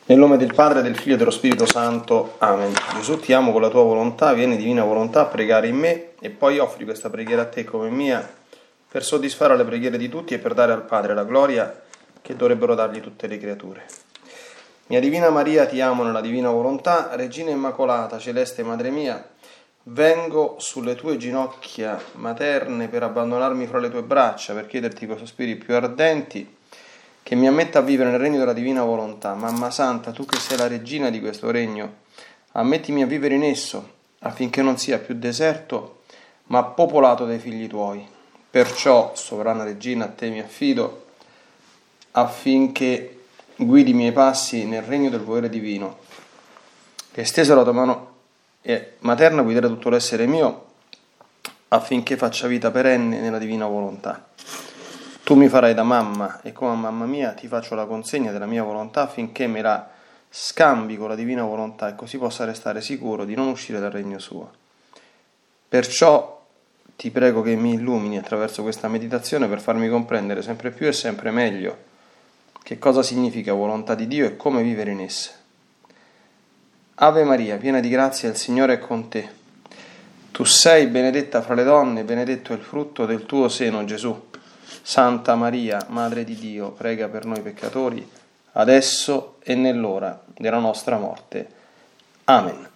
Nel nome del Padre, del Figlio e dello Spirito Santo. Amen. Gesù, ti amo con la tua volontà, vieni divina volontà a pregare in me e poi offri questa preghiera a te come mia per soddisfare le preghiere di tutti e per dare al Padre la gloria che dovrebbero dargli tutte le creature. Mia Divina Maria, ti amo nella divina volontà, Regina Immacolata, celeste Madre mia, vengo sulle tue ginocchia materne per abbandonarmi fra le tue braccia, per chiederti con sospiri più ardenti che mi ammetta a vivere nel regno della divina volontà. Mamma Santa, tu che sei la regina di questo regno, ammettimi a vivere in esso, affinché non sia più deserto, ma popolato dai figli tuoi. Perciò, sovrana regina, a te mi affido, affinché guidi i miei passi nel regno del volere divino. Che estesa la tua mano materna guidare tutto l'essere mio, affinché faccia vita perenne nella divina volontà. Tu mi farai da mamma e come mamma mia ti faccio la consegna della mia volontà affinché me la scambi con la divina volontà e così possa restare sicuro di non uscire dal regno suo. Perciò ti prego che mi illumini attraverso questa meditazione per farmi comprendere sempre più e sempre meglio che cosa significa volontà di Dio e come vivere in essa. Ave Maria, piena di grazia, il Signore è con te. Tu sei benedetta fra le donne e benedetto è il frutto del tuo seno, Gesù. Santa Maria, Madre di Dio, prega per noi peccatori, adesso e nell'ora della nostra morte. Amen.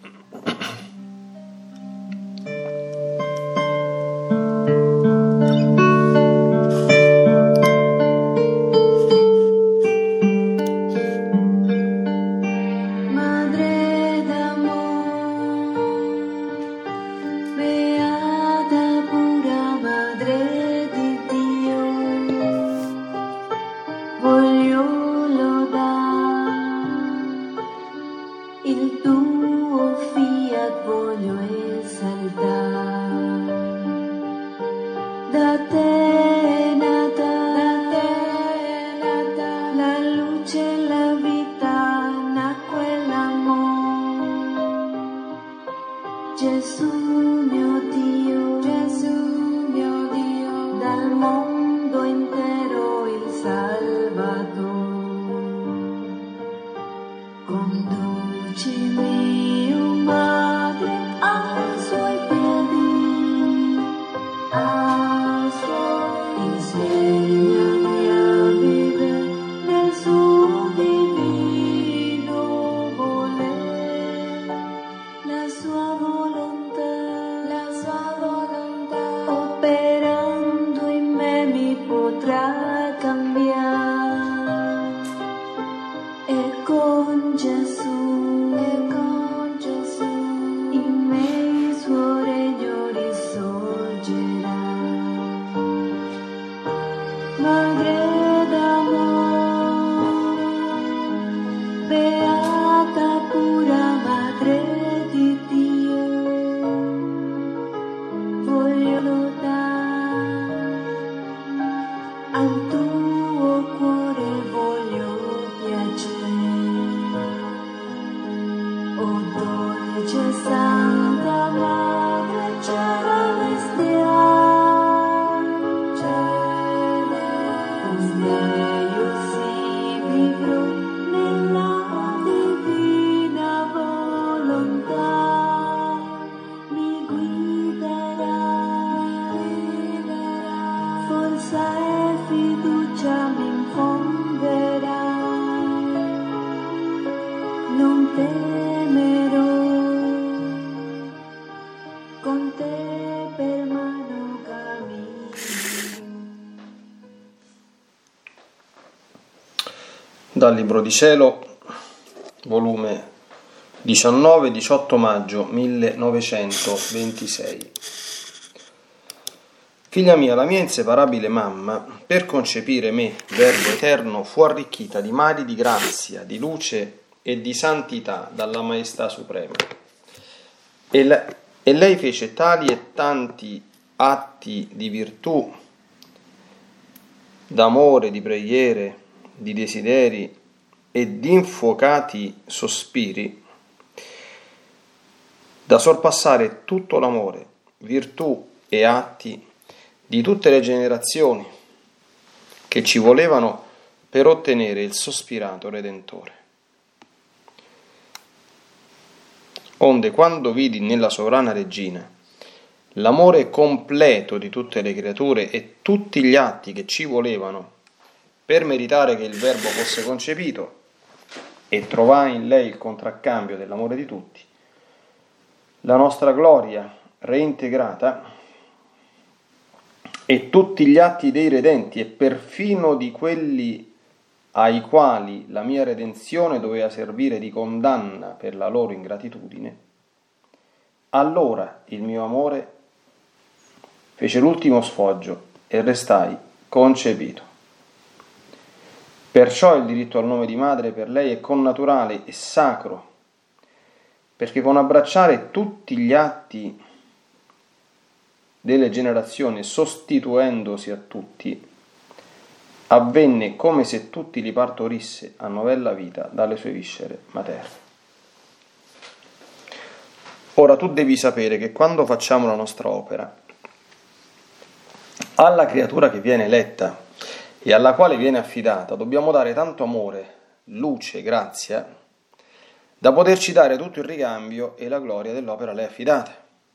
Dal Libro di Cielo, volume 19, 18 maggio 1926. Figlia mia, la mia inseparabile mamma, per concepire me, Verbo eterno, fu arricchita di mari di grazia, di luce e di santità dalla Maestà Suprema. E lei fece tali e tanti atti di virtù, d'amore, di preghiere, di desideri e di infuocati sospiri, da sorpassare tutto l'amore, virtù e atti di tutte le generazioni che ci volevano per ottenere il sospirato Redentore. Onde, quando vidi nella sovrana regina l'amore completo di tutte le creature e tutti gli atti che ci volevano per meritare che il Verbo fosse concepito, e trovai in lei il contraccambio dell'amore di tutti, la nostra gloria reintegrata e tutti gli atti dei redenti e perfino di quelli ai quali la mia redenzione doveva servire di condanna per la loro ingratitudine, allora il mio amore fece l'ultimo sfoggio e restai concepito. Perciò il diritto al nome di madre per lei è connaturale e sacro, perché con abbracciare tutti gli atti delle generazioni, sostituendosi a tutti, avvenne come se tutti li partorisse a novella vita dalle sue viscere materne. Ora tu devi sapere che quando facciamo la nostra opera, alla creatura che viene eletta e alla quale viene affidata, dobbiamo dare tanto amore, luce, grazia, da poterci dare tutto il ricambio e la gloria dell'opera a lei affidata.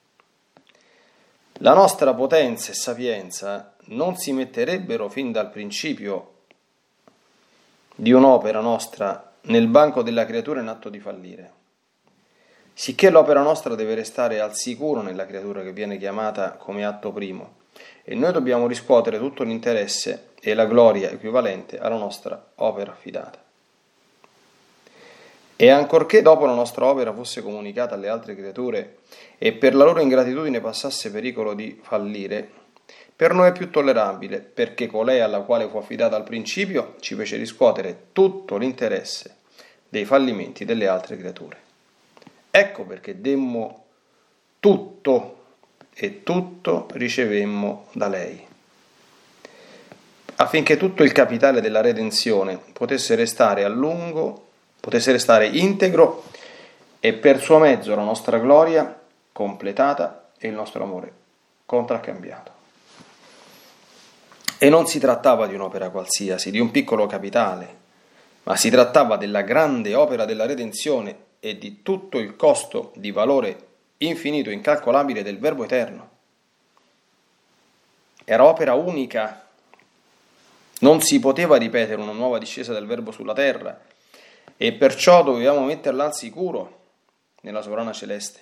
La nostra potenza e sapienza non si metterebbero fin dal principio di un'opera nostra nel banco della creatura in atto di fallire, sicché l'opera nostra deve restare al sicuro nella creatura che viene chiamata come atto primo, e noi dobbiamo riscuotere tutto l'interesse e la gloria equivalente alla nostra opera affidata. E ancorché dopo la nostra opera fosse comunicata alle altre creature e per la loro ingratitudine passasse pericolo di fallire, per noi è più tollerabile, perché colei alla quale fu affidata al principio ci fece riscuotere tutto l'interesse dei fallimenti delle altre creature. Ecco perché demmo tutto e tutto ricevemmo da lei, affinché tutto il capitale della redenzione potesse restare a lungo, potesse restare integro e per suo mezzo la nostra gloria completata e il nostro amore contraccambiato. E non si trattava di un'opera qualsiasi, di un piccolo capitale, ma si trattava della grande opera della redenzione e di tutto il costo di valore infinito e incalcolabile del Verbo eterno. Era opera unica, non si poteva ripetere una nuova discesa del Verbo sulla terra, e perciò dovevamo metterla al sicuro nella sovrana celeste.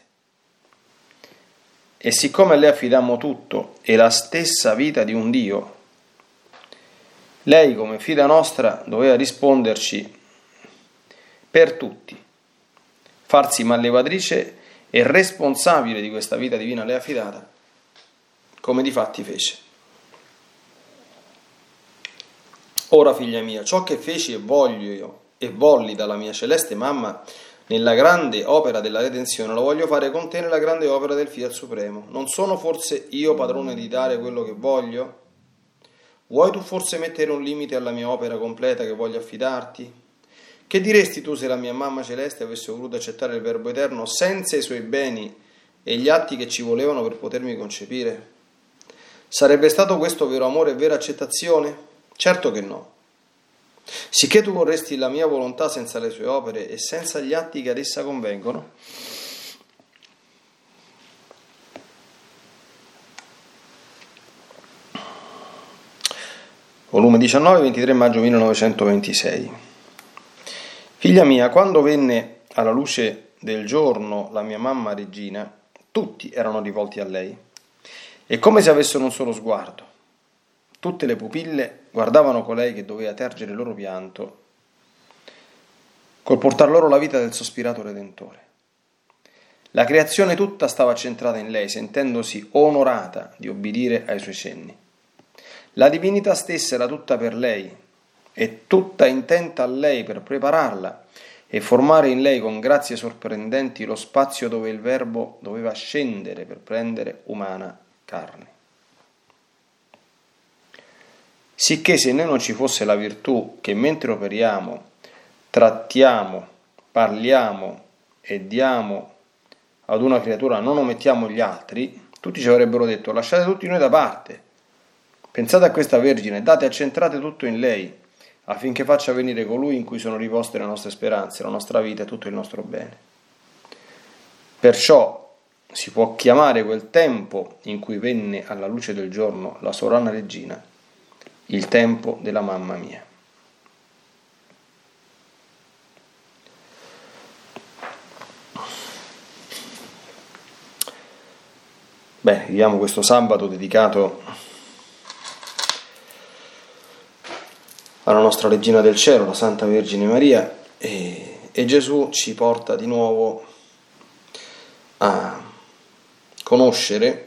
E siccome a lei affidammo tutto e la stessa vita di un Dio, lei come figlia nostra doveva risponderci per tutti, farsi mallevatrice e responsabile di questa vita divina a lei affidata, come difatti fece. Ora, figlia mia, ciò che feci e voglio io e volli dalla mia celeste mamma nella grande opera della redenzione, lo voglio fare con te nella grande opera del Fiat Supremo. Non sono forse io padrone di dare quello che voglio? Vuoi tu forse mettere un limite alla mia opera completa che voglio affidarti? Che diresti tu se la mia mamma celeste avesse voluto accettare il Verbo eterno senza i suoi beni e gli atti che ci volevano per potermi concepire? Sarebbe stato questo vero amore e vera accettazione? Certo che no. Sicché tu vorresti la mia volontà senza le sue opere e senza gli atti che ad essa convengono? Volume 19, 23 maggio 1926. Figlia mia, quando venne alla luce del giorno la mia mamma regina, tutti erano rivolti a lei, e come se avessero un solo sguardo. Tutte le pupille guardavano colei che doveva tergere il loro pianto, col portar loro la vita del sospirato Redentore. La creazione tutta stava centrata in lei, sentendosi onorata di obbedire ai suoi cenni. La divinità stessa era tutta per lei, e tutta intenta a lei per prepararla e formare in lei con grazie sorprendenti lo spazio dove il Verbo doveva scendere per prendere umana carne. Sicché se noi non ci fosse la virtù che mentre operiamo, trattiamo, parliamo e diamo ad una creatura, non omettiamo gli altri, tutti ci avrebbero detto: lasciate tutti noi da parte, pensate a questa Vergine, date e accentrate tutto in lei, affinché faccia venire colui in cui sono riposte le nostre speranze, la nostra vita e tutto il nostro bene. Perciò si può chiamare quel tempo in cui venne alla luce del giorno la sovrana regina il tempo della mamma mia. Bene, viviamo questo sabato dedicato alla nostra Regina del Cielo, la Santa Vergine Maria, e Gesù ci porta di nuovo a conoscere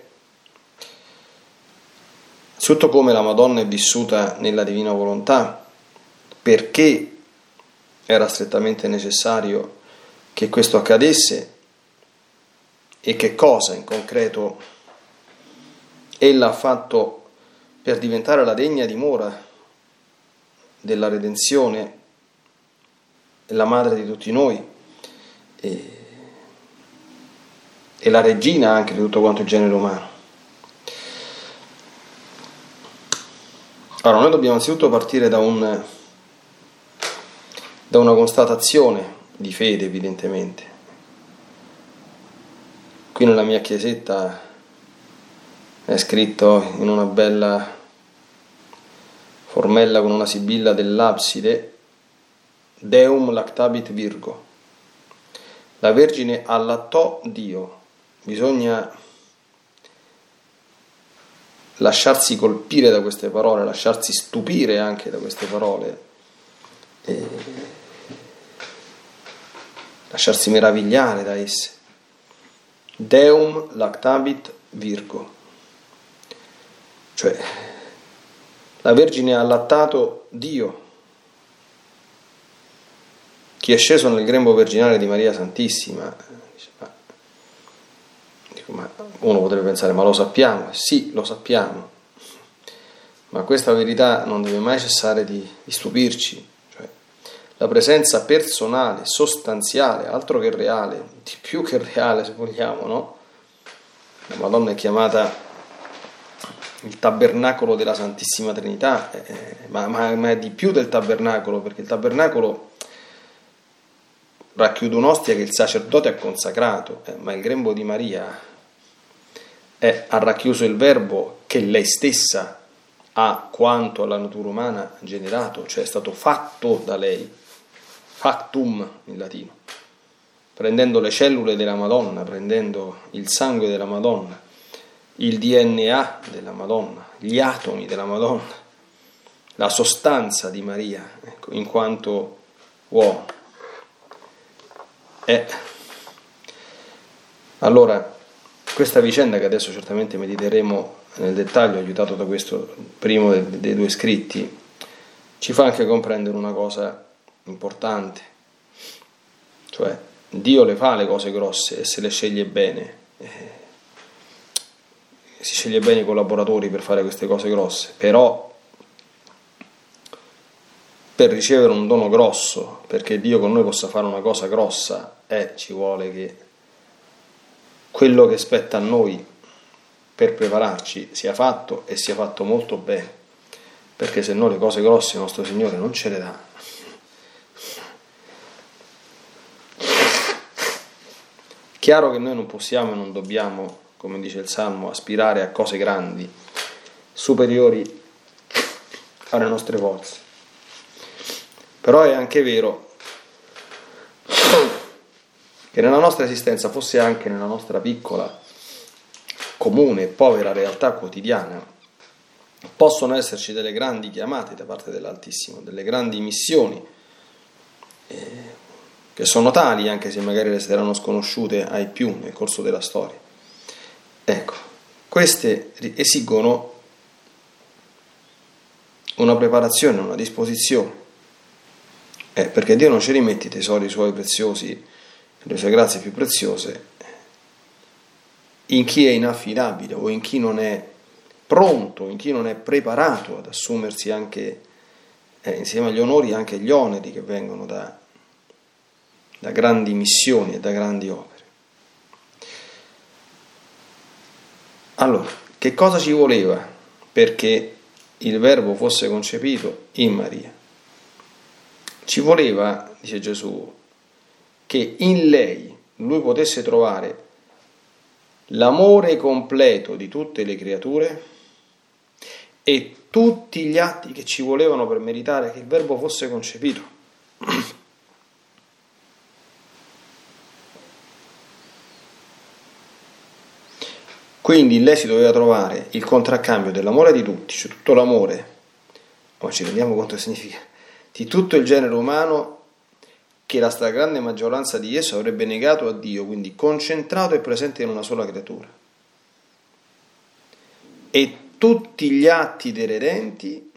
innanzitutto come la Madonna è vissuta nella Divina Volontà, perché era strettamente necessario che questo accadesse e che cosa in concreto ella ha fatto per diventare la degna dimora della redenzione e la madre di tutti noi e la regina anche di tutto quanto il genere umano. Allora, noi dobbiamo anzitutto partire da una constatazione di fede, evidentemente. Qui nella mia chiesetta è scritto in una bella formella con una sibilla dell'abside: Deum lactabit Virgo. La Vergine allattò Dio. Bisogna lasciarsi colpire da queste parole, lasciarsi stupire anche da queste parole, e lasciarsi meravigliare da esse. Deum lactabit Virgo, cioè la Vergine ha allattato Dio. Chi è sceso nel grembo virginale di Maria Santissima, ma uno potrebbe pensare, ma lo sappiamo? Sì, lo sappiamo, ma questa verità non deve mai cessare di stupirci, cioè la presenza personale, sostanziale, altro che reale, di più che reale se vogliamo, no? La Madonna è chiamata il tabernacolo della Santissima Trinità, ma è di più del tabernacolo, perché il tabernacolo racchiude un'ostia che il sacerdote ha consacrato, ma il grembo di Maria ha racchiuso il Verbo che lei stessa ha quanto alla natura umana generato, cioè è stato fatto da lei, factum in latino, prendendo le cellule della Madonna, prendendo il sangue della Madonna, il DNA della Madonna, gli atomi della Madonna, la sostanza di Maria, ecco, in quanto uomo. Allora, questa vicenda che adesso certamente mediteremo nel dettaglio, aiutato da questo primo dei due scritti, ci fa anche comprendere una cosa importante, cioè Dio le fa le cose grosse e se le sceglie bene, si sceglie bene i collaboratori per fare queste cose grosse, però per ricevere un dono grosso, perché Dio con noi possa fare una cosa grossa, ci vuole che quello che spetta a noi per prepararci sia fatto e sia fatto molto bene, perché se no le cose grosse il nostro Signore non ce le dà. Chiaro che noi non possiamo e non dobbiamo, come dice il Salmo, aspirare a cose grandi, superiori alle nostre forze. Però è anche vero che nella nostra esistenza, fosse anche nella nostra piccola, comune e povera realtà quotidiana, possono esserci delle grandi chiamate da parte dell'Altissimo, delle grandi missioni che sono tali, anche se magari resteranno sconosciute ai più nel corso della storia. Ecco, queste esigono una preparazione, una disposizione, perché Dio non ci rimette i tesori suoi preziosi, le sue grazie più preziose, in chi è inaffidabile o in chi non è pronto, in chi non è preparato ad assumersi anche, insieme agli onori, anche gli oneri che vengono da grandi missioni e da grandi opere. Allora, che cosa ci voleva perché il Verbo fosse concepito in Maria? Ci voleva, dice Gesù, che in lei lui potesse trovare l'amore completo di tutte le creature e tutti gli atti che ci volevano per meritare che il Verbo fosse concepito. Quindi lei si doveva trovare il contraccambio dell'amore di tutti, cioè tutto l'amore, ma ci rendiamo conto che significa, di tutto il genere umano che la stragrande maggioranza di esso avrebbe negato a Dio, quindi concentrato e presente in una sola creatura. E tutti gli atti dei redenti,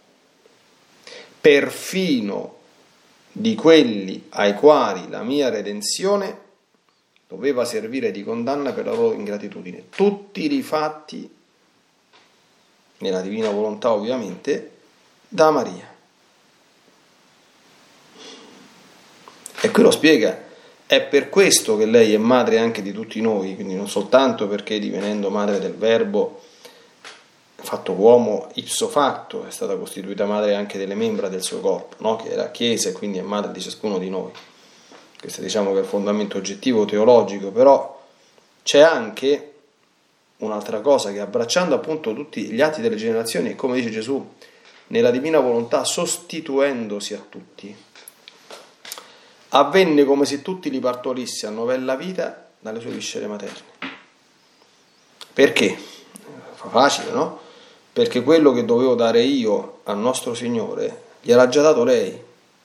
perfino di quelli ai quali la mia redenzione doveva servire di condanna per la loro ingratitudine, tutti rifatti nella divina volontà ovviamente da Maria. E qui lo spiega, è per questo che lei è madre anche di tutti noi, quindi non soltanto perché divenendo madre del Verbo fatto uomo ipso facto è stata costituita madre anche delle membra del suo corpo, no? Che è la Chiesa e quindi è madre di ciascuno di noi. Questo diciamo che è il fondamento oggettivo teologico, però c'è anche un'altra cosa che abbracciando appunto tutti gli atti delle generazioni e come dice Gesù nella divina volontà sostituendosi a tutti, avvenne come se tutti li partorisse a novella vita dalle sue viscere materne. Perché? Fa facile, no? Perché quello che dovevo dare io al nostro Signore gliel'ha già dato lei.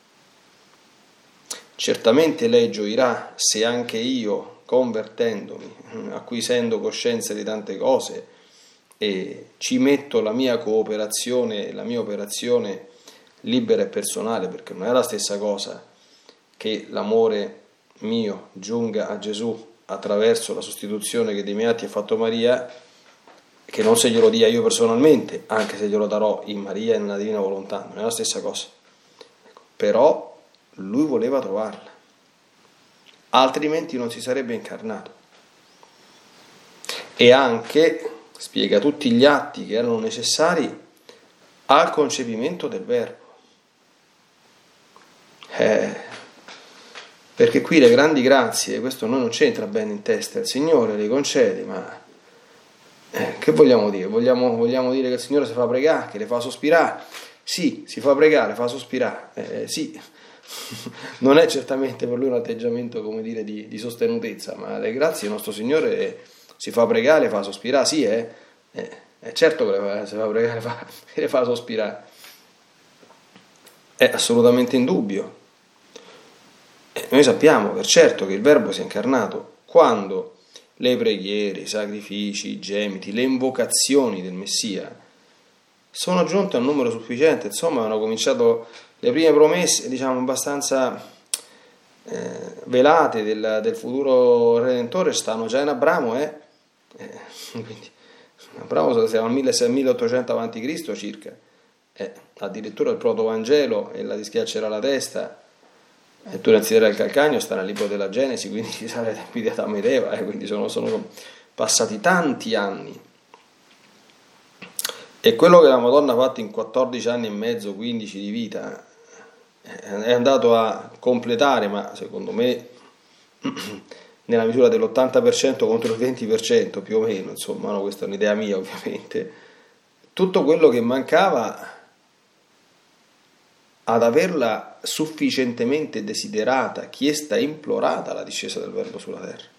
Certamente lei gioirà se anche io, convertendomi, acquisendo coscienza di tante cose, e ci metto la mia cooperazione, la mia operazione libera e personale, perché non è la stessa cosa che l'amore mio giunga a Gesù attraverso la sostituzione che dei miei atti ha fatto Maria, che non se glielo dia io personalmente, anche se glielo darò in Maria e nella divina volontà, non è la stessa cosa. Però lui voleva trovarla, altrimenti non si sarebbe incarnato. E anche spiega tutti gli atti che erano necessari al concepimento del Verbo. Perché qui le grandi grazie, questo noi non c'entra bene in testa, il Signore le concede, ma che vogliamo dire? Vogliamo dire che il Signore si fa pregare, che le fa sospirare? Sì, si fa pregare, fa sospirare, sì. Non è certamente per lui un atteggiamento, come dire, di sostenutezza, ma le grazie del nostro Signore si fa pregare, le fa sospirare, sì, è certo che si fa pregare, le fa sospirare, è assolutamente indubbio. Noi sappiamo per certo che il Verbo si è incarnato quando le preghiere, i sacrifici, i gemiti, le invocazioni del Messia sono giunte a un numero sufficiente, insomma hanno cominciato le prime promesse, diciamo, abbastanza velate del futuro Redentore, stanno già in Abramo, quindi Abramo siamo al 1800 a.C. circa, addirittura il protovangelo e la ti schiaccerà la testa, e tu innanzitutto il calcagno sta nel libro della Genesi, quindi ci sarà i tempi di Adamo ed Eva, quindi sono passati tanti anni. E quello che la Madonna ha fatto in 14 anni e mezzo, 15 di vita, è andato a completare, ma secondo me nella misura dell'80% contro il 20% più o meno, insomma, no, questa è un'idea mia ovviamente, tutto quello che mancava ad averla sufficientemente desiderata, chiesta e implorata la discesa del Verbo sulla terra.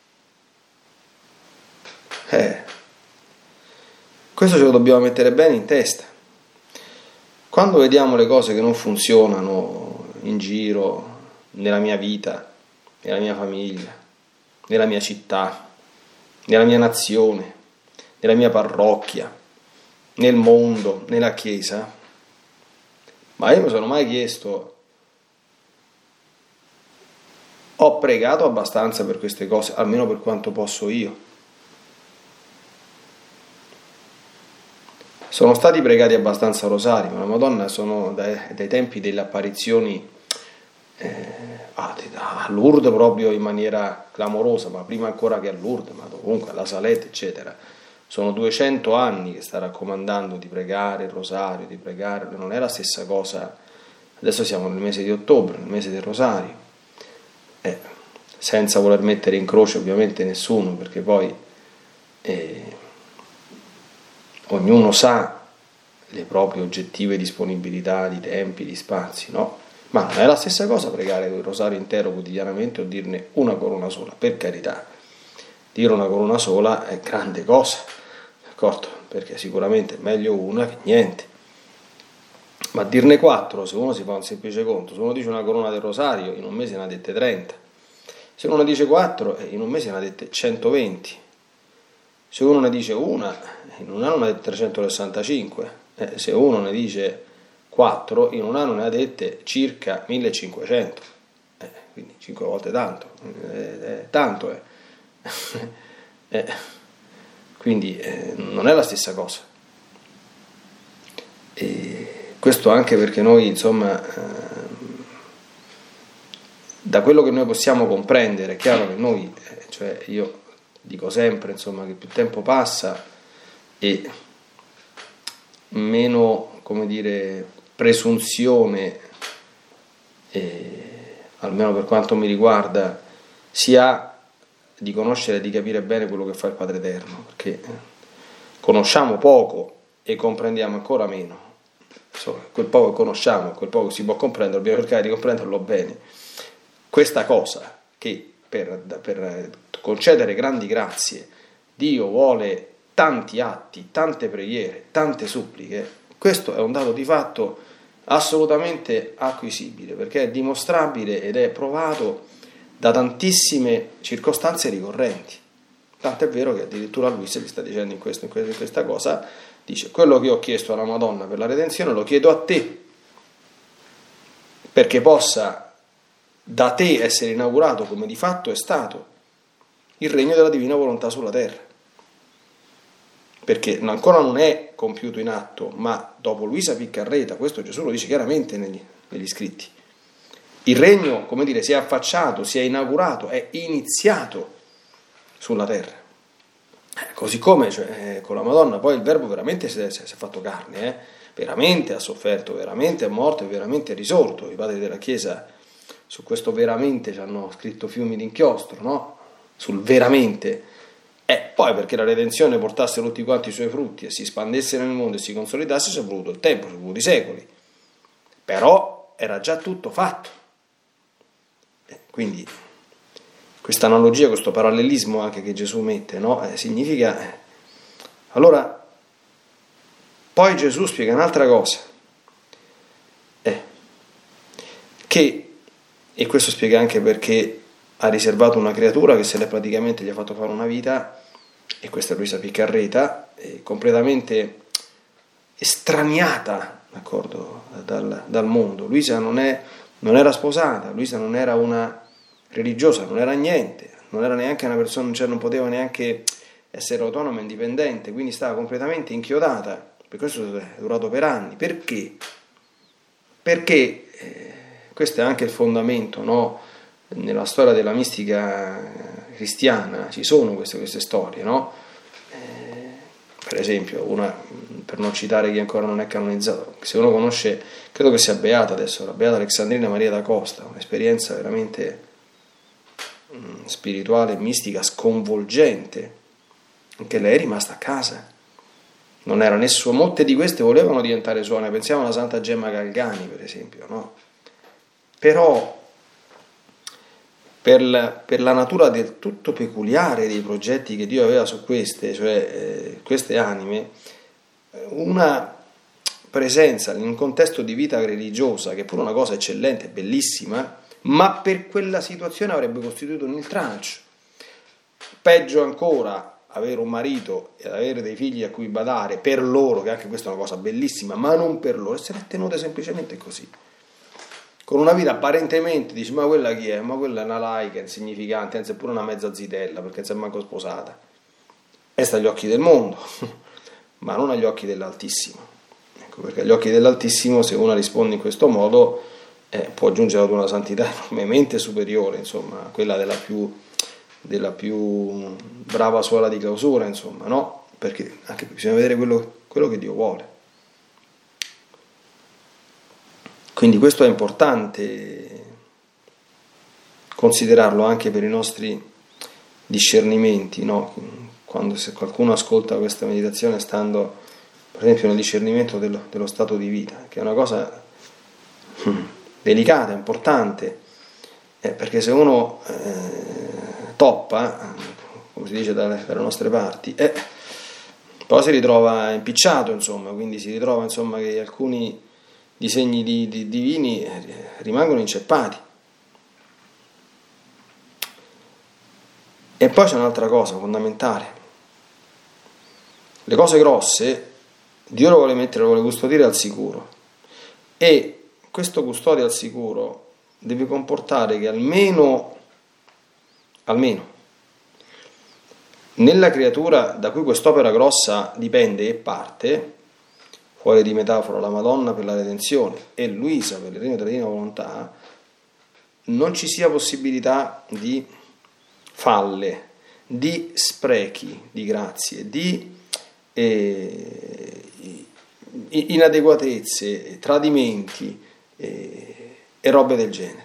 Questo ce lo dobbiamo mettere bene in testa. Quando vediamo le cose che non funzionano in giro, nella mia vita, nella mia famiglia, nella mia città, nella mia nazione, nella mia parrocchia, nel mondo, nella Chiesa, ma io mi sono mai chiesto, ho pregato abbastanza per queste cose, almeno per quanto posso io? Sono stati pregati abbastanza rosari, ma la Madonna sono dai tempi delle apparizioni a Lourdes proprio in maniera clamorosa, ma prima ancora che a Lourdes, ma comunque alla Salette, eccetera. Sono 200 anni che sta raccomandando di pregare il rosario, di pregare, non è la stessa cosa. Adesso siamo nel mese di ottobre, nel mese del rosario, senza voler mettere in croce ovviamente nessuno, perché poi ognuno sa le proprie oggettive disponibilità di tempi, di spazi, no? Ma non è la stessa cosa pregare il rosario intero quotidianamente o dirne una corona sola, per carità. Dire una corona sola è grande cosa, d'accordo? Perché sicuramente è meglio una che niente. Ma dirne 4, se uno si fa un semplice conto, se uno dice una corona del rosario, in un mese ne ha dette 30. Se uno ne dice 4, in un mese ne ha dette 120. Se uno ne dice una, in un anno ne ha dette 365. Se uno ne dice 4, in un anno ne ha dette circa 1500. Quindi 5 volte tanto. Tanto. Quindi non è la stessa cosa. Questo anche perché noi, insomma, da quello che noi possiamo comprendere, è chiaro che noi, cioè io dico sempre, insomma, che più tempo passa e meno, come dire, presunzione, almeno per quanto mi riguarda, si ha di conoscere e di capire bene quello che fa il Padre Eterno, perché conosciamo poco e comprendiamo ancora meno. Insomma, quel poco che conosciamo, quel poco che si può comprendere, dobbiamo cercare di comprenderlo bene. Questa cosa che per concedere grandi grazie Dio vuole tanti atti, tante preghiere, tante suppliche, questo è un dato di fatto assolutamente acquisibile, perché è dimostrabile ed è provato da tantissime circostanze ricorrenti. Tanto è vero che addirittura Luisa gli sta dicendo in questa cosa, dice: quello che ho chiesto alla Madonna per la redenzione lo chiedo a te, perché possa da te essere inaugurato, come di fatto è stato, il regno della divina volontà sulla terra. Perché ancora non è compiuto in atto, ma dopo Luisa Piccarreta, questo Gesù lo dice chiaramente negli scritti, il regno, come dire, si è affacciato, si è inaugurato, è iniziato sulla terra. Così come, cioè, con la Madonna poi il Verbo veramente si è fatto carne, veramente ha sofferto, veramente è morto e veramente è risorto. I padri della Chiesa su questo veramente ci hanno scritto fiumi d'inchiostro, no? Sul veramente. Poi perché la redenzione portasse tutti quanti i suoi frutti e si spandesse nel mondo e si consolidasse, ci è voluto il tempo, ci sono voluti i secoli. Però era già tutto fatto. Quindi questa analogia, questo parallelismo anche che Gesù mette, no? Significa... Allora, poi Gesù spiega un'altra cosa, che, e questo spiega anche perché ha riservato una creatura che se l'è praticamente gli ha fatto fare una vita, e questa è Luisa Piccarreta, completamente estraniata, d'accordo, dal mondo. Luisa non era sposata, Luisa non era una religiosa, non era niente, non era neanche una persona, cioè non poteva neanche essere autonoma e indipendente, quindi stava completamente inchiodata. Per questo è durato per anni. Perché? Perché questo è anche il fondamento, no? Nella storia della mistica cristiana ci sono queste storie, no? Per esempio, una, per non citare chi ancora non è canonizzato, se uno conosce, credo che sia beata adesso, la beata Alessandrina Maria da Costa, un'esperienza veramente spirituale, mistica, sconvolgente. Anche lei è rimasta a casa, non era nessuno. Molte di queste volevano diventare suore, pensiamo alla Santa Gemma Galgani per esempio, no? Però per la natura del tutto peculiare dei progetti che Dio aveva su queste, cioè queste anime, una presenza in un contesto di vita religiosa, che è pure una cosa eccellente, bellissima, ma per quella situazione avrebbe costituito un intralcio. Peggio ancora, avere un marito e avere dei figli a cui badare per loro, che anche questa è una cosa bellissima, ma non per loro, e se ne è tenute semplicemente così. Con una vita apparentemente, dici, ma quella chi è? Ma quella è una laica, insignificante, anzi è pure una mezza zitella, perché non si è manco sposata. E sta agli occhi del mondo, ma non agli occhi dell'Altissimo. Ecco, perché agli occhi dell'Altissimo, se una risponde in questo modo, può giungere ad una santità enormemente superiore, insomma, a quella della più brava suola di clausura, insomma, no? Perché anche bisogna vedere quello che Dio vuole. Quindi questo è importante considerarlo anche per i nostri discernimenti, no? se qualcuno ascolta questa meditazione stando, per esempio, nel discernimento dello stato di vita, che è una cosa delicata, importante, perché se uno toppa, come si dice dalle nostre parti, poi si ritrova impicciato, insomma, quindi si ritrova, insomma, che alcuni disegni divini rimangono inceppati. E poi c'è un'altra cosa fondamentale: le cose grosse Dio lo vuole custodire al sicuro, e questo custodio al sicuro deve comportare che almeno nella creatura da cui quest'opera grossa dipende e parte, fuori di metafora la Madonna per la redenzione e Luisa per il regno della divina volontà, non ci sia possibilità di falle, di sprechi di grazie, di inadeguatezze, tradimenti e robe del genere.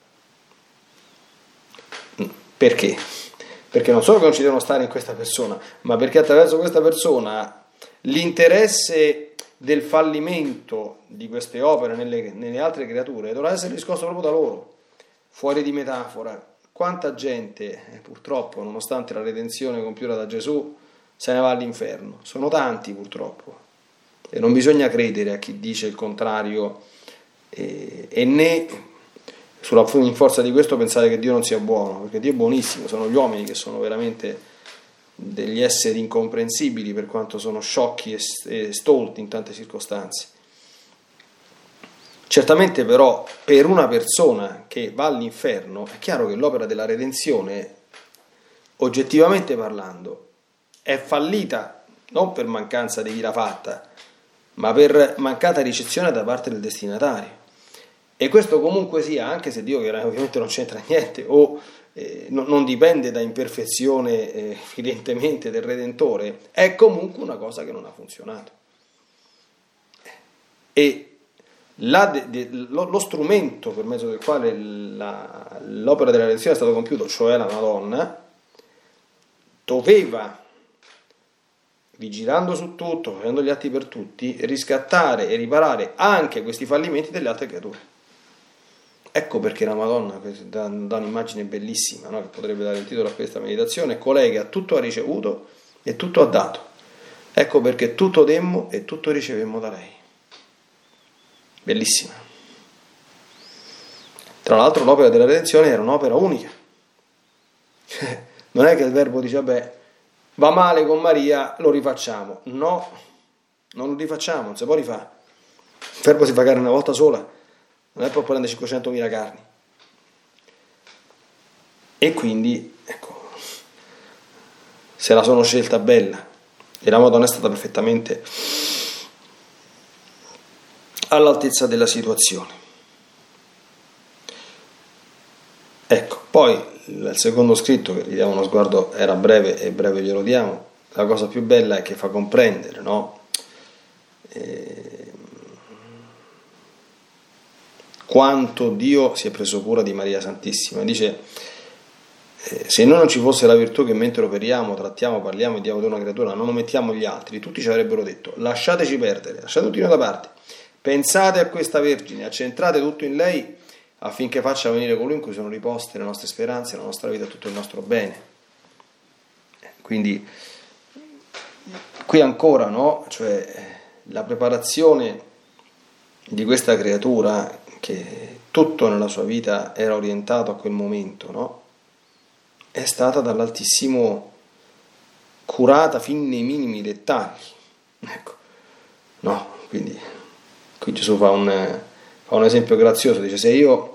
Perché? Perché non solo che non ci devono stare in questa persona, ma perché attraverso questa persona l'interesse del fallimento di queste opere nelle altre creature dovrà essere riscosso proprio da loro. Fuori di metafora, quanta gente purtroppo, nonostante la redenzione compiuta da Gesù, se ne va all'inferno? Sono tanti, purtroppo, e non bisogna credere a chi dice il contrario, e né in forza di questo pensare che Dio non sia buono, perché Dio è buonissimo. Sono gli uomini che sono veramente degli esseri incomprensibili, per quanto sono sciocchi e stolti in tante circostanze. Certamente però per una persona che va all'inferno è chiaro che l'opera della redenzione, oggettivamente parlando, è fallita non per mancanza di chi l'ha fatta, ma per mancata ricezione da parte del destinatario. E questo comunque sia, anche se Dio ovviamente non c'entra niente o non dipende da imperfezione evidentemente del Redentore, è comunque una cosa che non ha funzionato. E lo strumento per mezzo del quale l'opera della redenzione è stata compiuta, cioè la Madonna, doveva, vigilando su tutto, facendo gli atti per tutti, riscattare e riparare anche questi fallimenti delle altre creature. Ecco perché la Madonna dà un'immagine bellissima, no? Che potrebbe dare il titolo a questa meditazione: colei che a tutto ha ricevuto e tutto ha dato. Ecco perché tutto demmo e tutto ricevemmo da lei. Bellissima. Tra l'altro l'opera della redenzione era un'opera unica. Non è che il verbo dice vabbè, va male con Maria, lo rifacciamo. No, non lo rifacciamo, non si può rifare. Il verbo si fa carne una volta sola, non è per prendere 500.000 carni. E quindi, ecco, se la sono scelta bella, e la Madonna è stata perfettamente all'altezza della situazione. Ecco, poi il secondo scritto, che gli diamo uno sguardo, era breve e breve glielo diamo. La cosa più bella è che fa comprendere, no? Quanto Dio si è preso cura di Maria Santissima. Dice: se noi non ci fosse la virtù che mentre operiamo, trattiamo, parliamo e diamo di una creatura non omettiamo gli altri, tutti ci avrebbero detto: lasciateci perdere, lasciate tutti noi da parte, pensate a questa Vergine, accentrate tutto in lei affinché faccia venire colui in cui sono riposte le nostre speranze, la nostra vita e tutto il nostro bene. Quindi qui ancora, no? Cioè la preparazione di questa creatura, che tutto nella sua vita era orientato a quel momento, no? È stata dall'Altissimo curata fin nei minimi dettagli. Ecco, no? Quindi qui Gesù fa un esempio grazioso, dice: se io,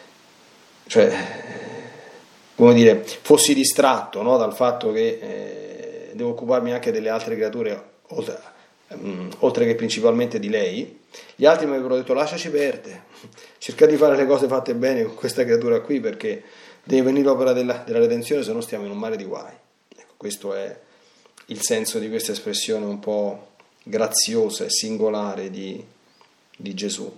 come dire, fossi distratto, no, dal fatto che devo occuparmi anche delle altre creature, oltre che principalmente di lei, gli altri mi avrebbero detto: lasciaci perdere, cerca di fare le cose fatte bene con questa creatura qui, perché deve venire l'opera della redenzione, se no stiamo in un mare di guai. Ecco, questo è il senso di questa espressione un po' graziosa e singolare di Gesù.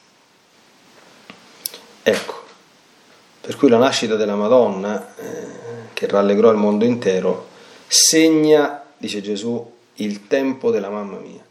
Ecco, per cui la nascita della Madonna, che rallegrò il mondo intero, segna, dice Gesù, il tempo della mamma mia.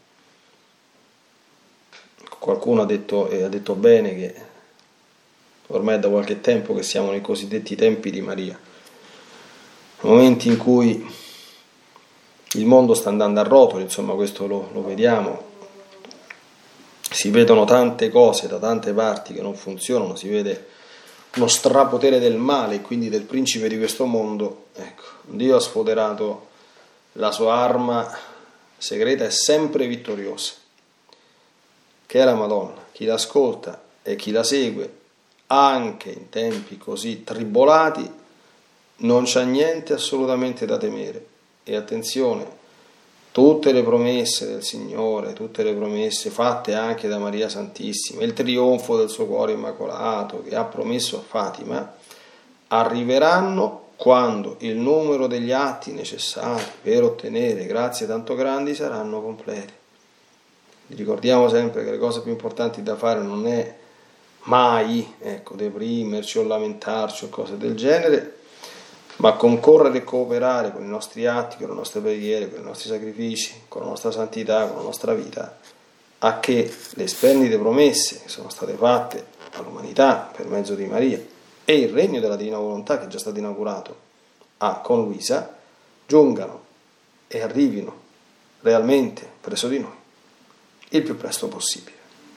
Qualcuno ha detto bene che ormai è da qualche tempo che siamo nei cosiddetti tempi di Maria, momenti in cui il mondo sta andando a rotoli, insomma questo lo vediamo, si vedono tante cose da tante parti che non funzionano, si vede uno strapotere del male e quindi del principe di questo mondo. Ecco, Dio ha sfoderato la sua arma segreta e sempre vittoriosa, che è la Madonna. Chi l'ascolta e chi la segue, anche in tempi così tribolati, non c'ha niente assolutamente da temere. E attenzione, tutte le promesse del Signore, tutte le promesse fatte anche da Maria Santissima, il trionfo del suo cuore immacolato che ha promesso a Fatima, arriveranno quando il numero degli atti necessari per ottenere grazie tanto grandi saranno completi. Ricordiamo sempre che le cose più importanti da fare non è mai, deprimerci o lamentarci o cose del genere, ma concorrere e cooperare con i nostri atti, con le nostre preghiere, con i nostri sacrifici, con la nostra santità, con la nostra vita, a che le splendide promesse che sono state fatte all'umanità per mezzo di Maria e il regno della Divina Volontà che è già stato inaugurato con Luisa, giungano e arrivino realmente presso di noi il più presto possibile.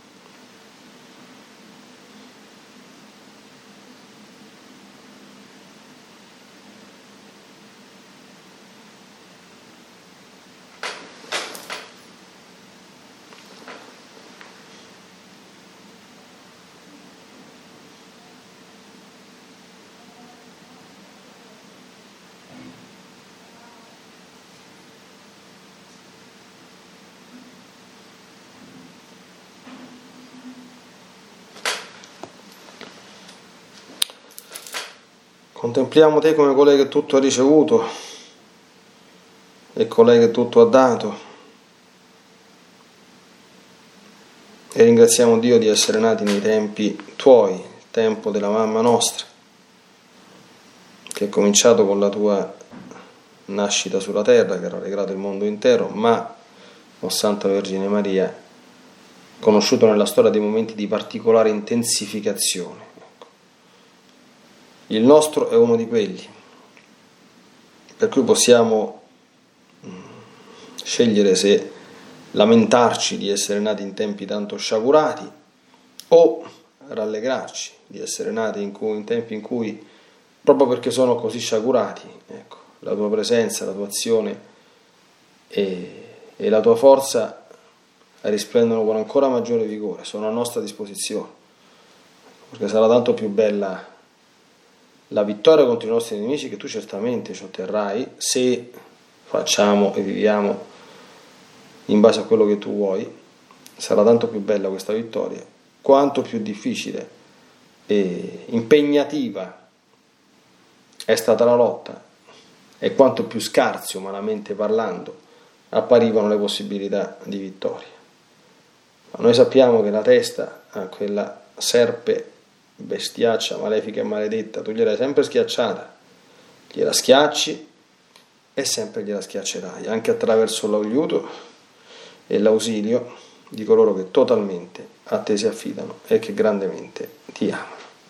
Contempliamo te come colei che tutto ha ricevuto e colei che tutto ha dato e ringraziamo Dio di essere nati nei tempi tuoi, il tempo della mamma nostra, che è cominciato con la tua nascita sulla terra, che ha rallegrato il mondo intero, ma, o Santa Vergine Maria, conosciuto nella storia dei momenti di particolare intensificazione. Il nostro è uno di quelli, per cui possiamo scegliere se lamentarci di essere nati in tempi tanto sciagurati o rallegrarci di essere nati in tempi in cui, proprio perché sono così sciagurati, la tua presenza, la tua azione e la tua forza risplendono con ancora maggiore vigore, sono a nostra disposizione, perché sarà tanto più bella la vittoria contro i nostri nemici che tu certamente ci otterrai se facciamo e viviamo in base a quello che tu vuoi. Sarà tanto più bella questa vittoria quanto più difficile e impegnativa è stata la lotta e quanto più scarsi, umanamente parlando, apparivano le possibilità di vittoria. Ma noi sappiamo che la testa a quella serpe bestiaccia, malefica e maledetta, tu gliel'hai sempre schiacciata, gliela schiacci e sempre gliela schiaccerai, anche attraverso l'aiuto e l'ausilio di coloro che totalmente a te si affidano e che grandemente ti amano.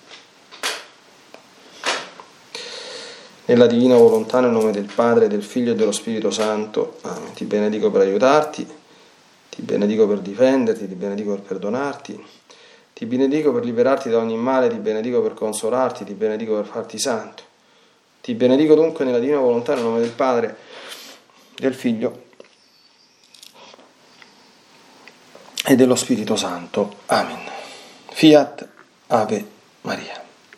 Nella divina volontà, nel nome del Padre, del Figlio e dello Spirito Santo, amen. Ti benedico per aiutarti, ti benedico per difenderti, ti benedico per perdonarti, ti benedico per liberarti da ogni male, ti benedico per consolarti, ti benedico per farti santo. Ti benedico dunque nella divina volontà, nel nome del Padre, del Figlio e dello Spirito Santo. Amen. Fiat Ave Maria.